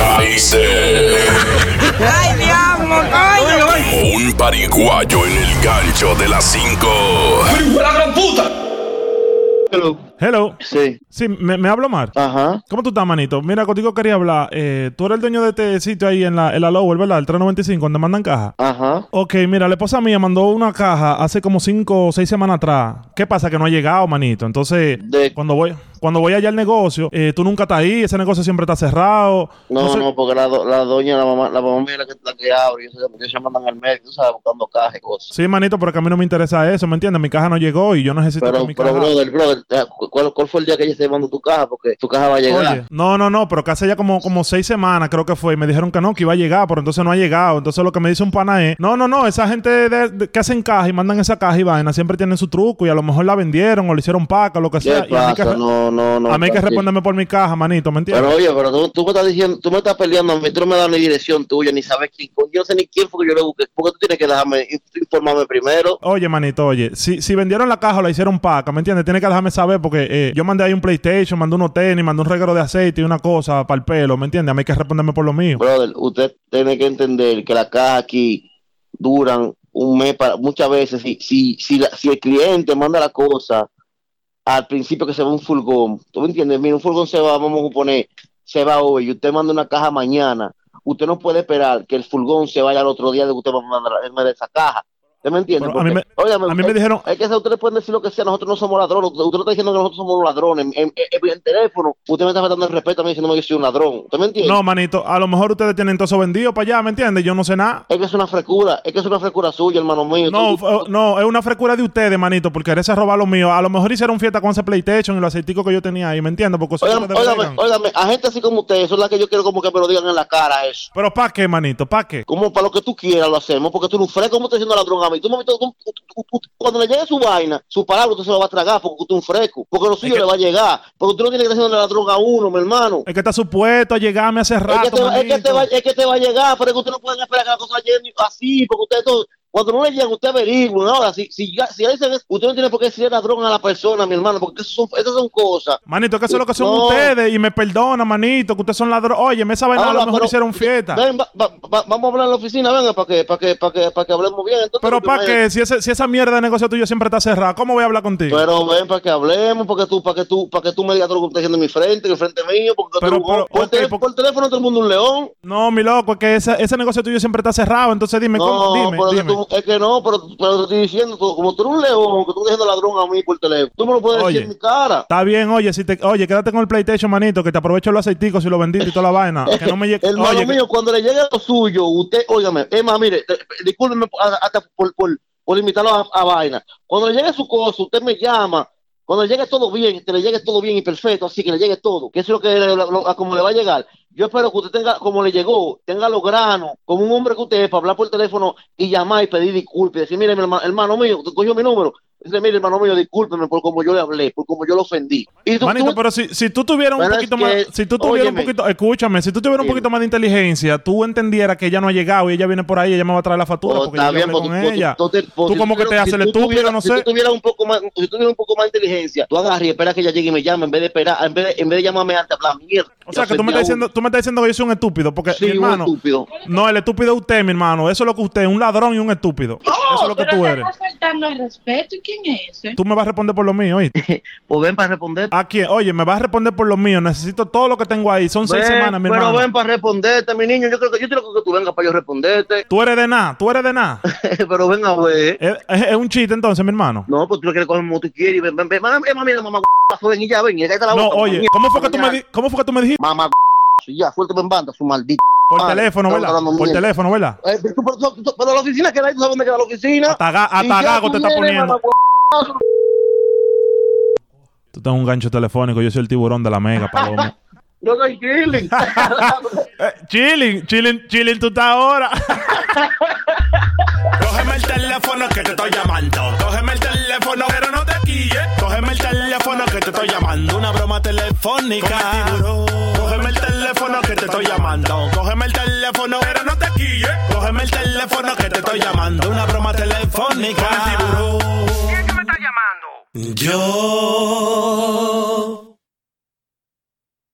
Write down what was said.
Kaiser. ¡Ay, diablo, coño! Un pariguayo en el gancho de las 5. ¡La gran puta! Hello. Sí. Sí, ¿me hablo Mar? Ajá. ¿Cómo tú estás, manito? Mira, contigo quería hablar. Tú eres el dueño de este sitio ahí en la Lower, ¿verdad? El 395, donde mandan caja. Ajá. Ok, mira, la esposa mía mandó una caja hace como 5 o 6 semanas atrás. ¿Qué pasa? Que no ha llegado, manito. Entonces, cuando voy allá al negocio, tú nunca estás ahí, ese negocio siempre está cerrado. No, porque la doña, la mamá mía es la que abre. Yo se mandan al médico, tú sabes, buscando cajas y cosas. Sí, manito, pero que a mí no me interesa eso, ¿me entiendes? Mi caja no llegó y yo necesito que mi caja... Pero, brother, ¿cuál fue el día que ella se mandó tu caja? Porque tu caja va a llegar. Oye, no, pero que hace ya como 6 semanas, creo que fue, y me dijeron que no, que iba a llegar, pero entonces no ha llegado. Entonces lo que me dice un pana es, no, esa gente que hacen caja y mandan esa caja y vaina, siempre tienen su truco y a lo mejor la vendieron o le hicieron paca, lo que sea. ¿Qué pasa? No. A mí hay que responderme por mi caja, manito, ¿me entiendes? Pero oye, pero tú me estás diciendo, tú me estás peleando a mí, tú no me das ni dirección tuya, ni sabes quién, yo no sé ni quién fue que yo le busqué, porque tú tienes que dejarme informarme primero. Oye, manito, si vendieron la caja o la hicieron paca, ¿me entiendes? Tienes que dejarme saber porque yo mandé ahí un PlayStation, mandé unos tenis, mandé un reguero de aceite y una cosa para el pelo, ¿me entiendes? A mí hay que responderme por lo mío. Brother, usted tiene que entender que las cajas aquí duran un mes, muchas veces, si el cliente manda la cosa al principio que se va un furgón, ¿tú me entiendes? Mira, un furgón se va, vamos a poner, se va hoy y usted manda una caja mañana, usted no puede esperar que el furgón se vaya al otro día de que usted va a mandar esa caja. ¿Usted me entiende? A mí me dijeron... Es que ustedes pueden decir lo que sea, nosotros no somos ladrones. Usted no está diciendo que nosotros somos ladrones. En teléfono, usted me está faltando el respeto a mí diciéndome que soy un ladrón. ¿Usted me entiende? No, manito, a lo mejor ustedes tienen todo eso vendido para allá, ¿me entiendes? Yo no sé nada. Es que es una frecura suya, hermano mío. No, es una frecura de ustedes, manito, porque quererse robar lo mío. A lo mejor hicieron fiesta con ese PlayStation y los aceiticos que yo tenía ahí, ¿me entiendes? Óigame, a gente así como usted, eso es la que yo quiero como que me lo digan en la cara, eso. ¿Pero para qué, manito? ¿Para qué? Como para lo que tú quieras lo hacemos, porque tú no fresco, ¿cómo estás diciendo ladrón a mí? Cuando le llegue su vaina, su palabra, usted se lo va a tragar porque usted es un fresco, porque lo suyo le va a llegar, porque usted no tiene que estar haciendo la droga a uno, mi hermano. Es que está supuesto a llegarme hace rato, es que te va a llegar, pero es que usted no puede esperar que la cosa llegue así, porque usted todo... Cuando no le llegan, usted averigua. Ahora, si dicen eso, usted no tiene por qué decirle ladrón a la persona, mi hermano, porque esas son cosas. Manito, que eso es lo que son ustedes, y me perdona, manito, que ustedes son ladrones. Oye, esa vaina a lo mejor hicieron fiesta. Ven, vamos a hablar en la oficina, venga, para que hablemos bien. Entonces, pero para qué, si esa mierda de negocio tuyo siempre está cerrada, ¿cómo voy a hablar contigo? Pero ven, para que hablemos, para que tú me digas todo lo que estás haciendo en mi frente, en el frente mío, porque por teléfono todo el mundo un león. No, mi loco, es que ese negocio tuyo siempre está cerrado, entonces dime, dime. Es que no, pero te estoy diciendo, como tú eres un león, que tú estás diciendo ladrón a mí por teléfono, tú me lo puedes decir en mi cara. Está bien, oye, quédate con el PlayStation, manito, que te aprovecho los aceiticos y los benditos y toda la vaina. Que no me llegue. Hermano mío, cuando le llegue lo suyo, usted, óigame, es más, mire, discúlpeme hasta por limitarlo a vaina. Cuando le llegue su cosa, usted me llama. Cuando le llegue todo bien, que le llegue todo bien y perfecto, así que le llegue todo, que eso es lo que como le va a llegar. Yo espero que usted tenga, como le llegó, tenga los granos, como un hombre que usted es, para hablar por teléfono y llamar y pedir disculpas. Y decir, mire, mi hermano mío, usted cogió mi número. Dice, mire, hermano mío, discúlpeme por como yo le hablé, por como yo lo ofendí. Manito, pero si tú tuvieras un poquito más, si tú tuvieras un poquito, escúchame, si tú tuvieras un poquito más de inteligencia, tú ententendieras que ella no ha llegado y ella viene por ahí, ella me va a traer la factura porque yo hablé con ella. Tú como que te haces el estúpido, no sé. Si tú tuvieras un poco más de inteligencia, tú agarras y esperas que ella llegue y me llame, en vez de llamarme antes, hablar mierda. O sea, que tú me estás diciendo que yo soy un estúpido, porque sí, mi hermano, un estúpido. No, el estúpido es usted, mi hermano. Eso es lo que usted es, un ladrón y un estúpido. Eso es lo que tú eres. Estás faltando el respeto. ¿Y quién es ese? Tú me vas a responder por lo mío, ¿oíste? Pues ven para responder. ¿A quién? Oye, me vas a responder por lo mío. Necesito todo lo que tengo ahí. Son 6 semanas, mi hermano. Pero ven para responderte, mi niño. Yo creo que tú vengas para yo responderte. Tú eres de nada. Pero ven a ver. ¿Es un chiste entonces, mi hermano? No, pues tú lo quieres coger como tú quieres. Ven. Mira, mamá, ven y ya, ven. Y cállate la boca. No, oye, ¿cómo fue que tú me dijiste? Mamá, ya, suéltame en banda, su maldito. Por teléfono, ¿verdad? Pero la oficina queda ahí, ¿tú sabes dónde queda la oficina? Hasta gago te está poniendo. Tú tienes un gancho telefónico, yo soy el tiburón de la mega, paloma. Yo soy Chilling. Chilling, tú estás ahora. Cógeme el teléfono que te estoy llamando. Cógeme el teléfono, pero no te quilles. Cógeme el teléfono que te estoy llamando. Una broma telefónica. Cógeme el teléfono que te estoy llamando. Cógeme el teléfono, pero no te quilles. Cógeme el teléfono que te estoy llamando. Una broma telefónica. ¿Quién es que me está llamando? Yo